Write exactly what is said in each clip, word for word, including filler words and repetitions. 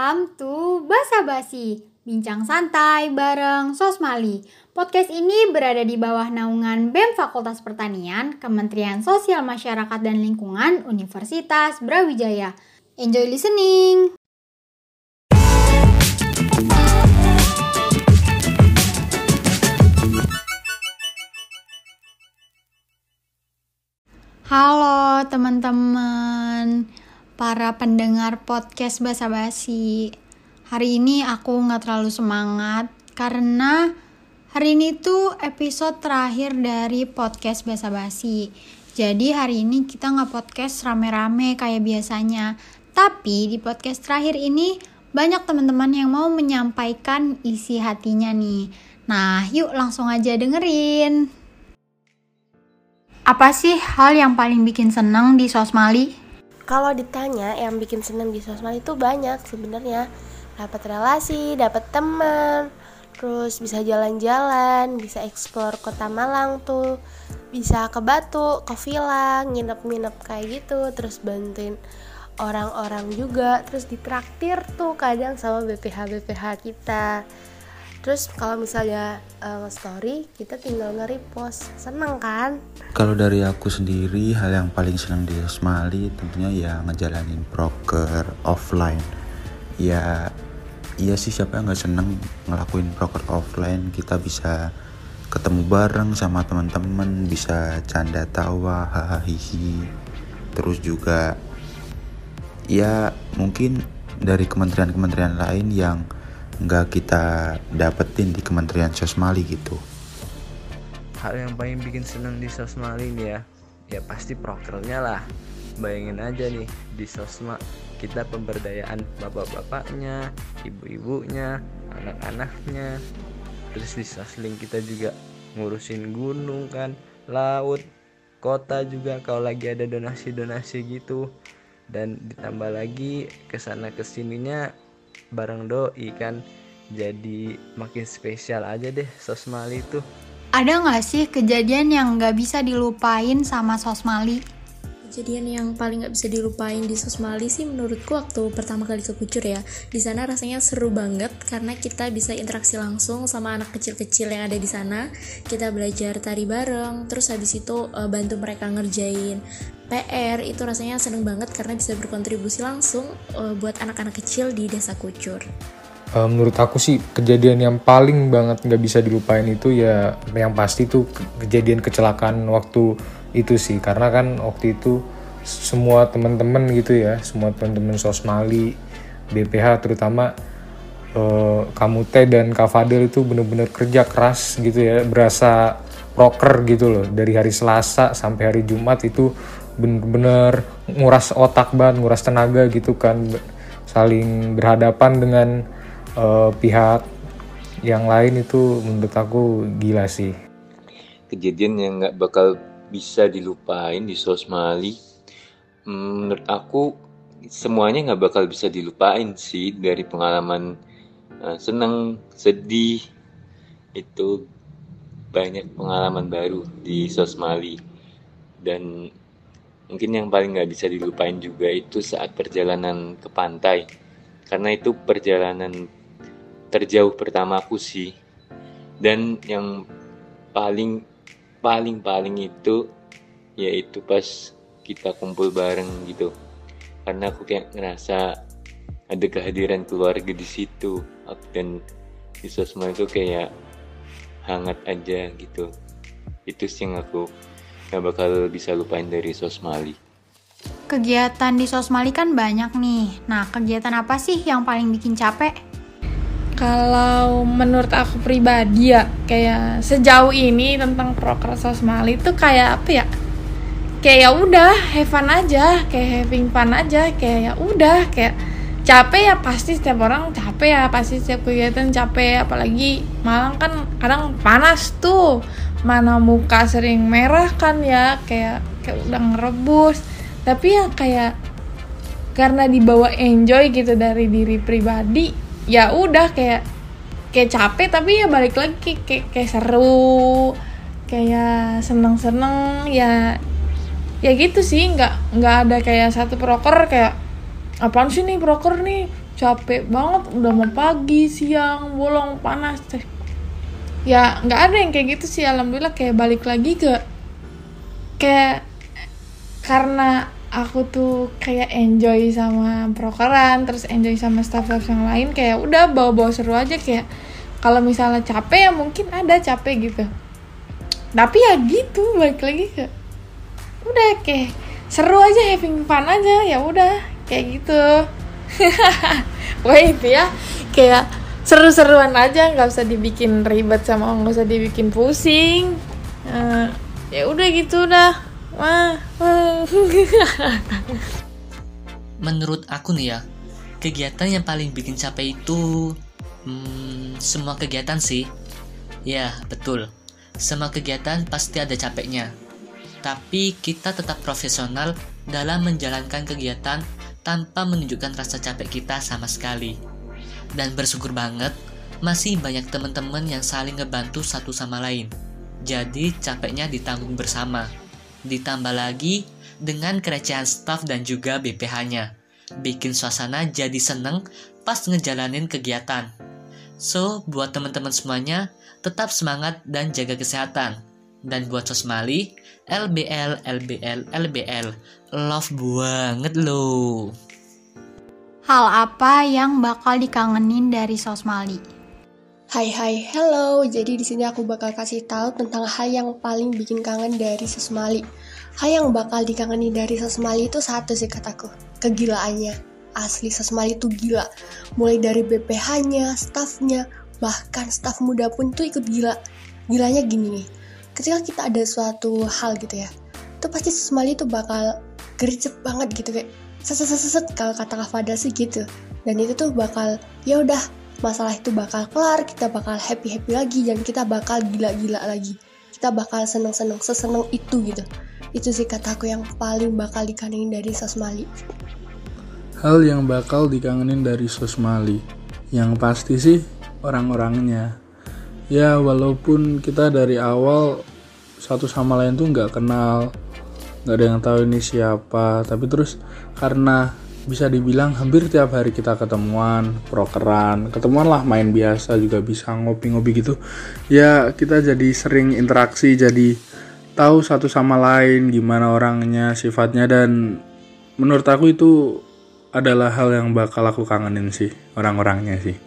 Welcome to Basa Basi, bincang santai bareng Sosmali. Podcast ini berada di bawah naungan B E M Fakultas Pertanian, Kementerian Sosial Masyarakat dan Lingkungan, Universitas Brawijaya. Enjoy listening! Halo teman-teman, para pendengar podcast Basa Basi. Hari ini aku gak terlalu semangat karena hari ini tuh episode terakhir dari podcast Basa Basi. Jadi hari ini kita gak podcast rame-rame kayak biasanya. Tapi di podcast terakhir ini banyak teman-teman yang mau menyampaikan isi hatinya nih. Nah yuk langsung aja dengerin. Apa sih hal yang paling bikin senang di Sosmali? Kalau ditanya yang bikin seneng di Sosmali itu banyak sebenarnya. Dapat relasi, dapat teman, terus bisa jalan-jalan, bisa eksplor kota Malang tuh, bisa ke Batu, ke villa, nginep-nginep kayak gitu, terus bantuin orang-orang juga, terus ditraktir tuh kadang sama B P H B P H kita. Terus kalau misalnya uh, nge-story, kita tinggal nge-repost. Seneng kan? Kalau dari aku sendiri, hal yang paling senang di Sosmali tentunya ya ngejalanin proker offline. Ya, iya sih siapa yang gak seneng ngelakuin proker offline. Kita bisa ketemu bareng sama teman-teman, bisa canda tawa, hahaha hihi. Terus juga ya mungkin dari kementerian-kementerian lain yang nggak kita dapetin di Kementerian Sosmali gitu. Hal yang paling bikin seneng di Sosmali nih ya, ya pasti prokernya lah. Bayangin aja nih, di Sosma kita pemberdayaan bapak-bapaknya, ibu-ibunya, anak-anaknya. Terus di Sosling kita juga ngurusin gunung kan, laut, kota juga kalau lagi ada donasi-donasi gitu. Dan ditambah lagi kesana kesininya bareng doi kan, jadi makin spesial aja deh Sosmali itu. Ada gak sih kejadian yang gak bisa dilupain sama Sosmali? Kejadian yang paling gak bisa dilupain di Sosmali sih menurutku waktu pertama kali ke Kucur ya. Di sana rasanya seru banget karena kita bisa interaksi langsung sama anak kecil-kecil yang ada di sana. Kita belajar tari bareng, terus habis itu uh, bantu mereka ngerjain P R. Itu rasanya seneng banget karena bisa berkontribusi langsung uh, buat anak-anak kecil di desa Kucur. Uh, menurut aku sih kejadian yang paling banget gak bisa dilupain itu ya yang pasti tuh kejadian kecelakaan waktu itu sih. Karena kan waktu itu semua teman-teman gitu ya, semua teman-teman Sosmali, B P H terutama uh, kamu Teh dan Kak Fadil itu bener-bener kerja keras gitu ya, berasa proker gitu loh. Dari hari Selasa sampai hari Jumat itu bener-bener nguras otak banget, nguras tenaga gitu kan, saling berhadapan dengan uh, pihak yang lain. Itu menurut aku gila sih. Kejadian yang gak bakal bisa dilupain di Sosmali, menurut aku semuanya gak bakal bisa dilupain sih. Dari pengalaman uh, seneng, sedih, itu banyak pengalaman baru di Sosmali. Dan mungkin yang paling gak bisa dilupain juga itu saat perjalanan ke pantai, karena itu perjalanan terjauh pertamaku sih. Dan yang paling paling paling itu yaitu pas kita kumpul bareng gitu, karena aku kayak ngerasa ada kehadiran keluarga di situ. Dan di Sosmali itu kayak hangat aja gitu. Itu sih yang aku gak bakal bisa lupain dari Sosmali. Kegiatan di Sosmali kan banyak nih. Nah, kegiatan apa sih yang paling bikin capek? Kalau menurut aku pribadi ya, kayak sejauh ini tentang proker Sosmali itu kayak apa ya? Kayak ya udah have fun aja, kayak having fun aja, kayak ya udah kayak capek ya pasti setiap orang capek ya, pasti setiap kegiatan capek. Apalagi Malang kan kadang panas tuh, mana muka sering merah kan ya, kayak kayak udah ngerebus. Tapi ya kayak karena dibawa enjoy gitu dari diri pribadi, ya udah kayak kayak capek tapi ya balik lagi kayak kayak seru, kayak seneng-seneng ya ya gitu sih. nggak nggak ada kayak satu proker kayak apaan sih nih proker nih, capek banget, udah mau pagi, siang, bolong, panas. Ya nggak ada yang kayak gitu sih, alhamdulillah. Kayak balik lagi ke kayak karena aku tuh kayak enjoy sama prokeran, terus enjoy sama staff-staff yang lain, kayak udah bawa-bawa seru aja. Kayak kalau misalnya capek ya mungkin ada capek gitu, tapi ya gitu, balik lagi ke udah kayak seru aja, having fun aja, ya udah kayak gitu. Wah itu ya, kayak seru-seruan aja, nggak usah dibikin ribet sama nggak usah dibikin pusing. Uh, ya udah gitu dah. Wah. Menurut aku nih ya, kegiatan yang paling bikin capek itu hmm, semua kegiatan sih. Ya betul, semua kegiatan pasti ada capeknya. Tapi kita tetap profesional dalam menjalankan kegiatan tanpa menunjukkan rasa capek kita sama sekali. Dan bersyukur banget, masih banyak teman-teman yang saling ngebantu satu sama lain. Jadi capeknya ditanggung bersama. Ditambah lagi dengan kerecehan staf dan juga B P H-nya. Bikin suasana jadi seneng pas ngejalanin kegiatan. So, buat teman-teman semuanya, tetap semangat dan jaga kesehatan. Dan buat Sosmali, L B L, L B L, L B L, love banget loh. Hal apa yang bakal dikangenin dari Sosmali? Hai hai, hello. Jadi di sini aku bakal kasih tahu tentang hal yang paling bikin kangen dari Sosmali. Hal yang bakal dikangenin dari Sosmali itu satu sih kataku, kegilaannya. Asli Sosmali itu gila. Mulai dari B P H-nya, stafnya, bahkan staf muda pun tuh ikut gila. Gilanya gini nih, ketika kita ada suatu hal gitu ya, itu pasti Sosmali itu bakal gercep banget gitu, kayak seset-seset kalau kata Kak Fada sih gitu. Dan itu tuh bakal, ya udah, masalah itu bakal kelar, kita bakal happy-happy lagi, dan kita bakal gila-gila lagi. Kita bakal seneng-seneng, seseneng itu gitu. Itu sih kataku yang paling bakal dikangenin dari Sosmali. Hal yang bakal dikangenin dari Sosmali, yang pasti sih orang-orangnya. Ya walaupun kita dari awal satu sama lain tuh nggak kenal, nggak ada yang tahu ini siapa, tapi terus karena bisa dibilang hampir tiap hari kita ketemuan, prokeran, ketemuan lah, main biasa juga bisa ngopi-ngopi gitu. Ya kita jadi sering interaksi, jadi tahu satu sama lain gimana orangnya, sifatnya, dan menurut aku itu adalah hal yang bakal aku kangenin sih, orang-orangnya sih.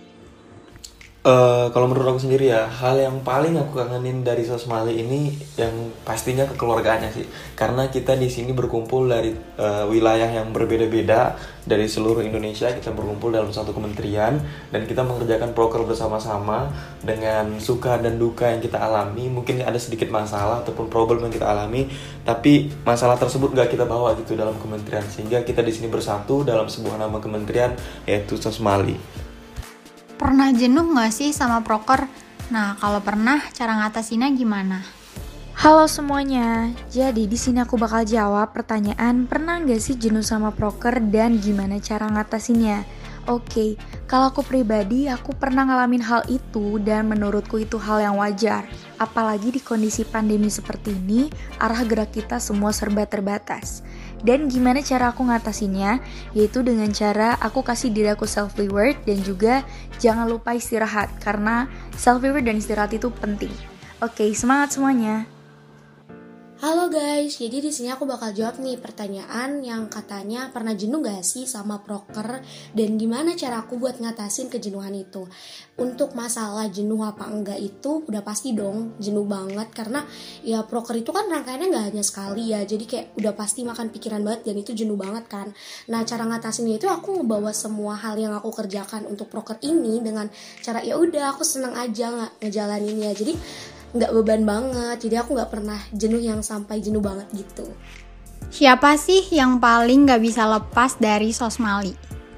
Uh, kalau menurut aku sendiri ya, hal yang paling aku kangenin dari Sosmali ini yang pastinya kekeluargaannya sih. Karena kita di sini berkumpul dari uh, wilayah yang berbeda-beda dari seluruh Indonesia. Kita berkumpul dalam satu kementerian dan kita mengerjakan proker bersama-sama dengan suka dan duka yang kita alami. Mungkin ada sedikit masalah ataupun problem yang kita alami, tapi masalah tersebut gak kita bawa gitu dalam kementerian, sehingga kita di sini bersatu dalam sebuah nama kementerian, yaitu Sosmali. Pernah jenuh gak sih sama proker? Nah, kalau pernah, cara ngatasinnya gimana? Halo semuanya, jadi di sini aku bakal jawab pertanyaan pernah gak sih jenuh sama proker dan gimana cara ngatasinnya. Oke, kalau aku pribadi aku pernah ngalamin hal itu dan menurutku itu hal yang wajar. Apalagi di kondisi pandemi seperti ini, arah gerak kita semua serba terbatas. Dan gimana cara aku ngatasinnya? Yaitu dengan cara aku kasih diri aku self-reward dan juga jangan lupa istirahat, karena self-reward dan istirahat itu penting. Oke, semangat semuanya. Halo guys, jadi di sini aku bakal jawab nih pertanyaan yang katanya pernah jenuh gak sih sama proker dan gimana cara aku buat ngatasin kejenuhan itu. Untuk masalah jenuh apa enggak itu udah pasti dong jenuh banget, karena ya proker itu kan rangkaiannya gak hanya sekali ya, jadi kayak udah pasti makan pikiran banget dan itu jenuh banget kan. Nah cara ngatasinnya itu aku ngebawa semua hal yang aku kerjakan untuk proker ini dengan cara ya udah aku seneng aja nggak ngejalaninnya, jadi nggak beban banget, jadi aku nggak pernah jenuh yang sampai jenuh banget gitu. Siapa sih yang paling nggak bisa lepas dari Sosmali?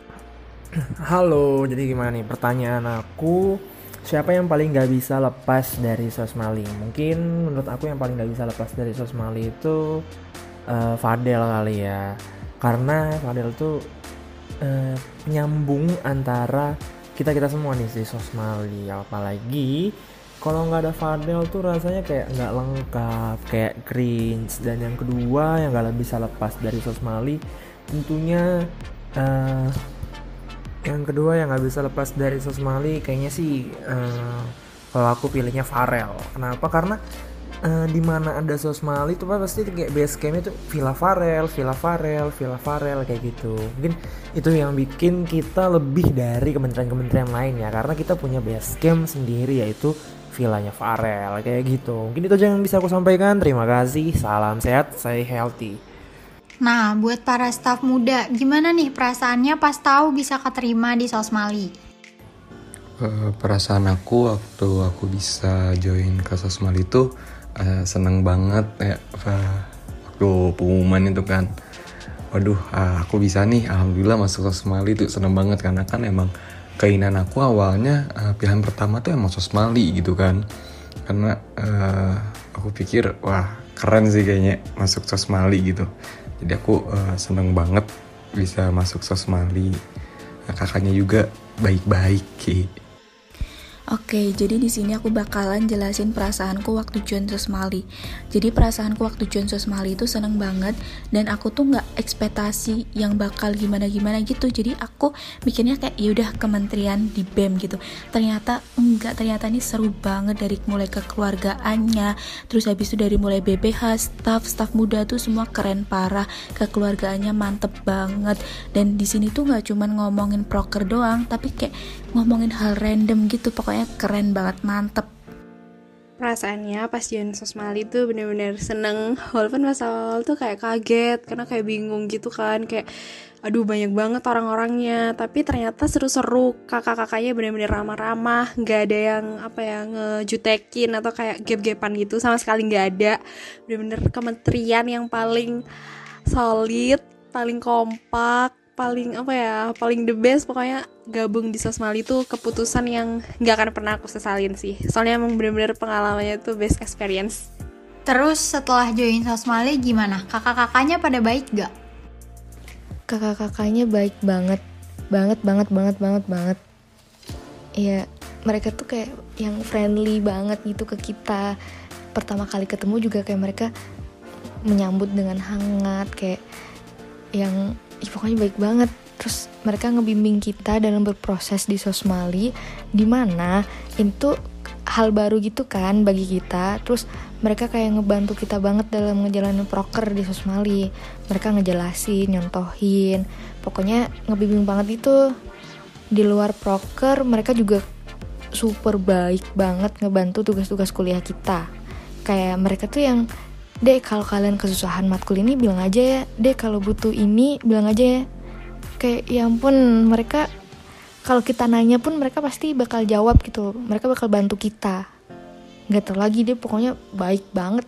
Halo, jadi gimana nih pertanyaan aku, siapa yang paling nggak bisa lepas dari Sosmali? Mungkin menurut aku yang paling nggak bisa lepas dari Sosmali itu uh, Fadel kali ya, karena Fadel tuh uh, penyambung antara kita kita semua nih di Sosmali, apalagi kalau nggak ada Fadel tuh rasanya kayak nggak lengkap, kayak cringe. Dan yang kedua yang nggak bisa lepas dari Sosmali tentunya uh, yang kedua yang nggak bisa lepas dari Sosmali kayaknya sih uh, kalau aku pilihnya Farel. Kenapa? Karena uh, di mana ada Sosmali itu pasti kayak base campnya tuh Villa Farel, Villa Farel, Villa Farel kayak gitu. Mungkin itu yang bikin kita lebih dari kementerian-kementerian lain ya, karena kita punya base camp sendiri yaitu villanya Farel kayak gitu. Mungkin itu aja yang bisa aku sampaikan. Terima kasih. Salam sehat, stay healthy. Nah, buat para staf muda, gimana nih perasaannya pas tahu bisa keterima di Sosmali? Uh, perasaan aku waktu aku bisa join ke Sosmali itu uh, seneng banget ya, uh, waktu pengumuman itu kan. Waduh, uh, aku bisa nih, alhamdulillah masuk Sosmali itu seneng banget karena kan emang keinginan aku awalnya uh, pilihan pertama tuh emang Sosmali gitu kan. Karena uh, aku pikir wah keren sih kayaknya masuk Sosmali gitu. Jadi aku uh, seneng banget bisa masuk Sosmali. Nah, kakaknya juga baik-baik. Oke, jadi di sini aku bakalan jelasin perasaanku waktu join Sosmali. Jadi perasaanku waktu join Sosmali itu seneng banget, dan aku tuh nggak ekspektasi yang bakal gimana-gimana gitu. Jadi aku mikirnya kayak yaudah kementerian di B E M gitu. Ternyata enggak, ternyata ini seru banget dari mulai kekeluargaannya. Terus habis itu dari mulai B P H, staff, staff muda tuh semua keren parah, kekeluargaannya mantep banget. Dan di sini tuh nggak cuman ngomongin proker doang, tapi kayak ngomongin hal random gitu. Pokoknya keren banget, mantep. Perasaannya pas join Sosmali tuh bener-bener seneng, walaupun pas awal tuh kayak kaget karena kayak bingung gitu kan, kayak aduh banyak banget orang-orangnya, tapi ternyata seru-seru, kakak-kakaknya bener-bener ramah-ramah, nggak ada yang apa ya ngejutekin atau kayak gap-gapan gitu, sama sekali nggak ada. Bener-bener kementerian yang paling solid, paling kompak, paling apa ya, paling the best. Pokoknya gabung di Sosmali itu keputusan yang gak akan pernah aku sesalin sih, soalnya emang bener-bener pengalamannya tuh best experience. Terus setelah join Sosmali gimana? Kakak-kakaknya pada baik gak? Kakak-kakaknya baik banget, banget, banget, banget, banget, banget. Ya, mereka tuh kayak yang friendly banget gitu ke kita. Pertama kali ketemu juga kayak mereka menyambut dengan hangat, kayak yang ih, pokoknya baik banget. Terus mereka ngebimbing kita dalam berproses di Sosmali, dimana itu hal baru gitu kan bagi kita. Terus mereka kayak ngebantu kita banget dalam ngejalanin proker di Sosmali. Mereka ngejelasin, nyontohin, pokoknya ngebimbing banget itu. Di luar proker mereka juga super baik banget ngebantu tugas-tugas kuliah kita. Kayak mereka tuh yang, Dek kalau kalian kesusahan matkul ini bilang aja ya, Dek kalau butuh ini bilang aja ya. Kayak ya ampun, mereka kalau kita nanya pun mereka pasti bakal jawab gitu. Mereka bakal bantu kita. Gak tau lagi deh, pokoknya baik banget.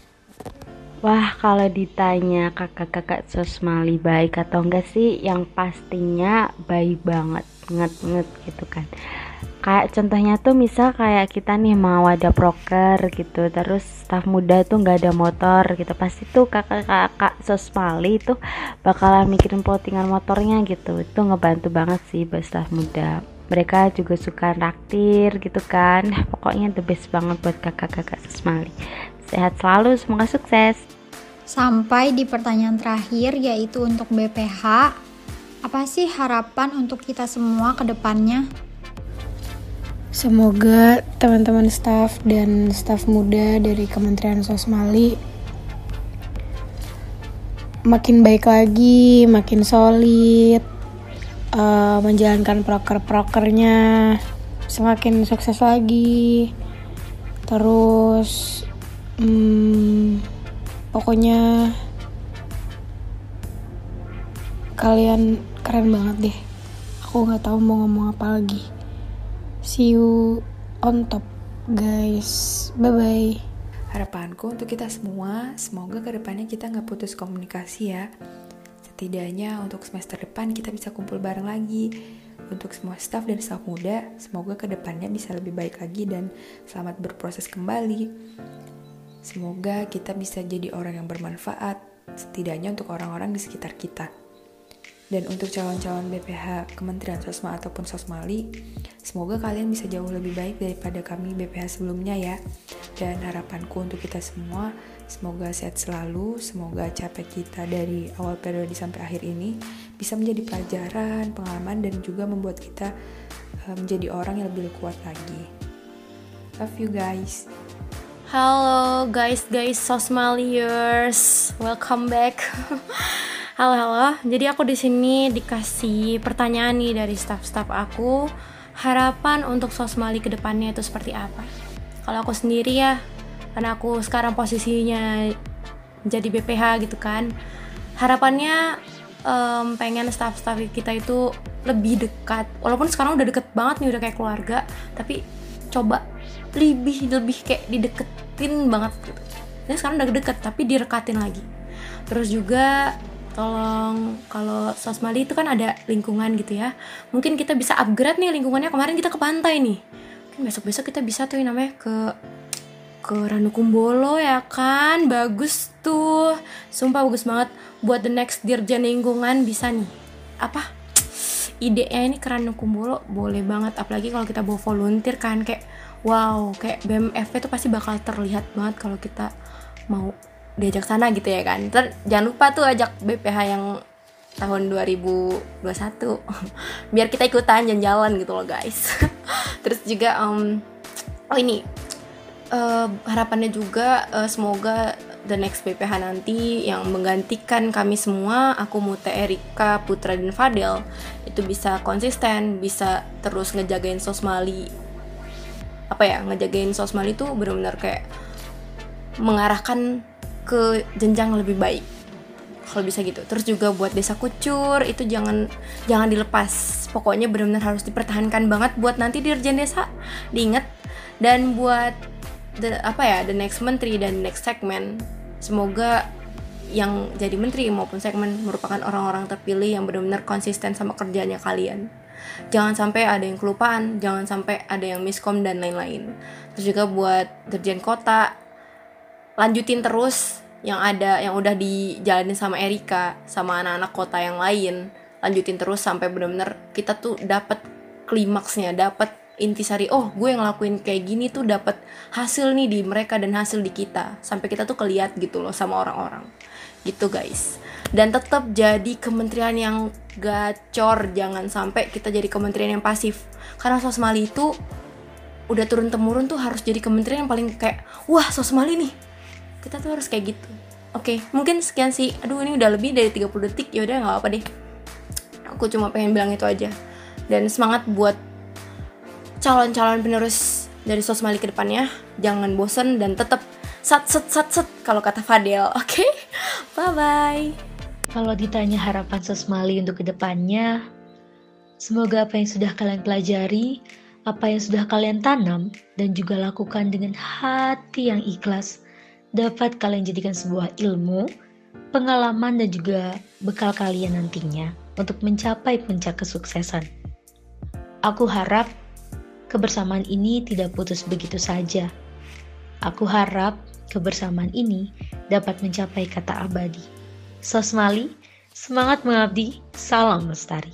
Wah, kalau ditanya kakak-kakak Sosmali baik atau enggak sih, yang pastinya baik banget, nget-nget gitu kan. Kayak contohnya tuh misal kayak kita nih mau ada proker gitu, terus staf muda tuh nggak ada motor gitu, pasti tuh kakak-kakak Sosmali tuh bakalan mikirin plottingan motornya gitu. Itu ngebantu banget sih buat staf muda. Mereka juga suka naktir gitu kan. Pokoknya the best banget buat kakak-kakak Sosmali. Sehat selalu, semoga sukses. Sampai di pertanyaan terakhir, yaitu untuk B P H. Apa sih harapan untuk kita semua ke depannya? Semoga teman-teman staf dan staf muda dari Kementerian Sosmali makin baik lagi, makin solid, uh, menjalankan proker-prokernya, semakin sukses lagi. Terus hmm, pokoknya kalian keren banget deh. Aku nggak tahu mau ngomong apa lagi. See you on top, guys. Bye-bye. Harapanku untuk kita semua, semoga kedepannya kita gak putus komunikasi ya. Setidaknya untuk semester depan kita bisa kumpul bareng lagi. Untuk semua staff dan staff muda, semoga kedepannya bisa lebih baik lagi dan selamat berproses kembali. Semoga kita bisa jadi orang yang bermanfaat, setidaknya untuk orang-orang di sekitar kita. Dan untuk calon-calon B P H Kementerian Sosma ataupun Sosmali, semoga kalian bisa jauh lebih baik daripada kami B P H sebelumnya ya. Dan harapanku untuk kita semua, semoga sehat selalu, semoga capek kita dari awal periode sampai akhir ini bisa menjadi pelajaran, pengalaman, dan juga membuat kita uh, menjadi orang yang lebih kuat lagi. Love you guys. Halo guys, guys, Sosmaliers, welcome back. Halo, halo. Jadi aku di sini dikasih pertanyaan nih dari staff-staff aku. Harapan untuk Sosmali ke depannya itu seperti apa? Kalau aku sendiri ya, karena aku sekarang posisinya jadi B P H gitu kan. Harapannya um, pengen staff-staff kita itu lebih dekat. Walaupun sekarang udah deket banget nih, udah kayak keluarga, tapi coba lebih lebih kayak dideketin banget gitu. Jadi sekarang udah deket tapi direkatin lagi. Terus juga tolong, kalau Sosmali itu kan ada lingkungan gitu ya, mungkin kita bisa upgrade nih lingkungannya. Kemarin kita ke pantai nih, mungkin besok-besok kita bisa tuh namanya ke ke Ranukumbolo ya kan. Bagus tuh, sumpah bagus banget. Buat the next dirjen lingkungan bisa nih, apa idenya ini ke Ranukumbolo boleh banget. Apalagi kalau kita bawa volunteer kan, kayak wow, kayak B M F itu pasti bakal terlihat banget kalau kita mau diajak sana gitu ya kan. Terus jangan lupa tuh ajak B P H yang tahun dua ribu dua puluh satu biar kita ikutan jalan-jalan gitu loh guys. Terus juga um, oh ini uh, harapannya juga uh, semoga the next B P H nanti yang menggantikan kami semua, aku Mute, Erika, Putra, dan Fadel, itu bisa konsisten, bisa terus ngejagain Sosmali. Apa ya, ngejagain Sosmali tuh benar-benar kayak mengarahkan ke jenjang lebih baik kalau bisa gitu. Terus juga buat Desa Kucur itu jangan jangan dilepas, pokoknya benar-benar harus dipertahankan banget buat nanti dirjen desa diinget. Dan buat the, apa ya the next menteri dan next segmen, semoga yang jadi menteri maupun segmen merupakan orang-orang terpilih yang benar-benar konsisten sama kerjanya kalian. Jangan sampai ada yang kelupaan, jangan sampai ada yang miskom dan lain-lain. Terus juga buat dirjen kota, lanjutin terus yang ada, yang udah dijalanin sama Erika sama anak-anak kota yang lain. Lanjutin terus sampai benar-benar kita tuh dapat klimaksnya, dapat intisari. Oh, gue ngelakuin kayak gini tuh dapat hasil nih di mereka dan hasil di kita. Sampai kita tuh keliat gitu loh sama orang-orang. Gitu guys. Dan tetap jadi kementerian yang gacor, jangan sampai kita jadi kementerian yang pasif. Karena Sosmali itu udah turun-temurun tuh harus jadi kementerian yang paling kayak wah Sosmali nih. Kita tuh harus kayak gitu. Oke, mungkin sekian sih. Aduh, ini udah lebih dari tiga puluh detik. Ya udah enggak apa-apa deh. Aku cuma pengen bilang itu aja. Dan semangat buat calon-calon penerus dari Sosmali ke depannya. Jangan bosen dan tetap sat set sat set kalau kata Fadel. Oke. Bye bye. Kalau ditanya harapan Sosmali untuk ke depannya, semoga apa yang sudah kalian pelajari, apa yang sudah kalian tanam dan juga lakukan dengan hati yang ikhlas dapat kalian jadikan sebuah ilmu, pengalaman, dan juga bekal kalian nantinya untuk mencapai puncak kesuksesan. Aku harap kebersamaan ini tidak putus begitu saja. Aku harap kebersamaan ini dapat mencapai kata abadi. Sosmali, semangat mengabdi, salam lestari.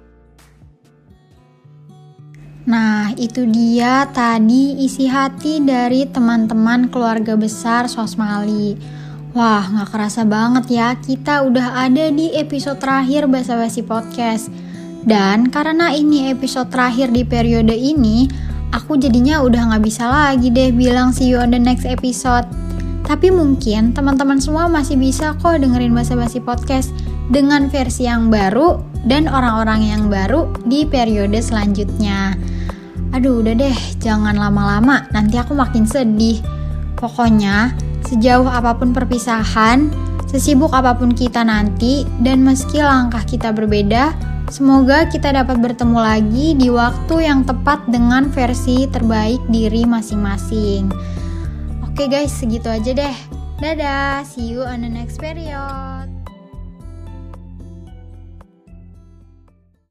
Nah, itu dia tadi isi hati dari teman-teman keluarga besar Sosmali. Wah, gak kerasa banget ya, kita udah ada di episode terakhir Basa Basi Podcast. Dan karena ini episode terakhir di periode ini, aku jadinya udah gak bisa lagi deh bilang see you on the next episode. Tapi mungkin teman-teman semua masih bisa kok dengerin Basa Basi Podcast dengan versi yang baru dan orang-orang yang baru di periode selanjutnya. Aduh udah deh, jangan lama-lama, nanti aku makin sedih. Pokoknya sejauh apapun perpisahan, sesibuk apapun kita nanti, dan meski langkah kita berbeda, semoga kita dapat bertemu lagi di waktu yang tepat dengan versi terbaik diri masing-masing. Oke guys, segitu aja deh. Dadah, see you on the next period.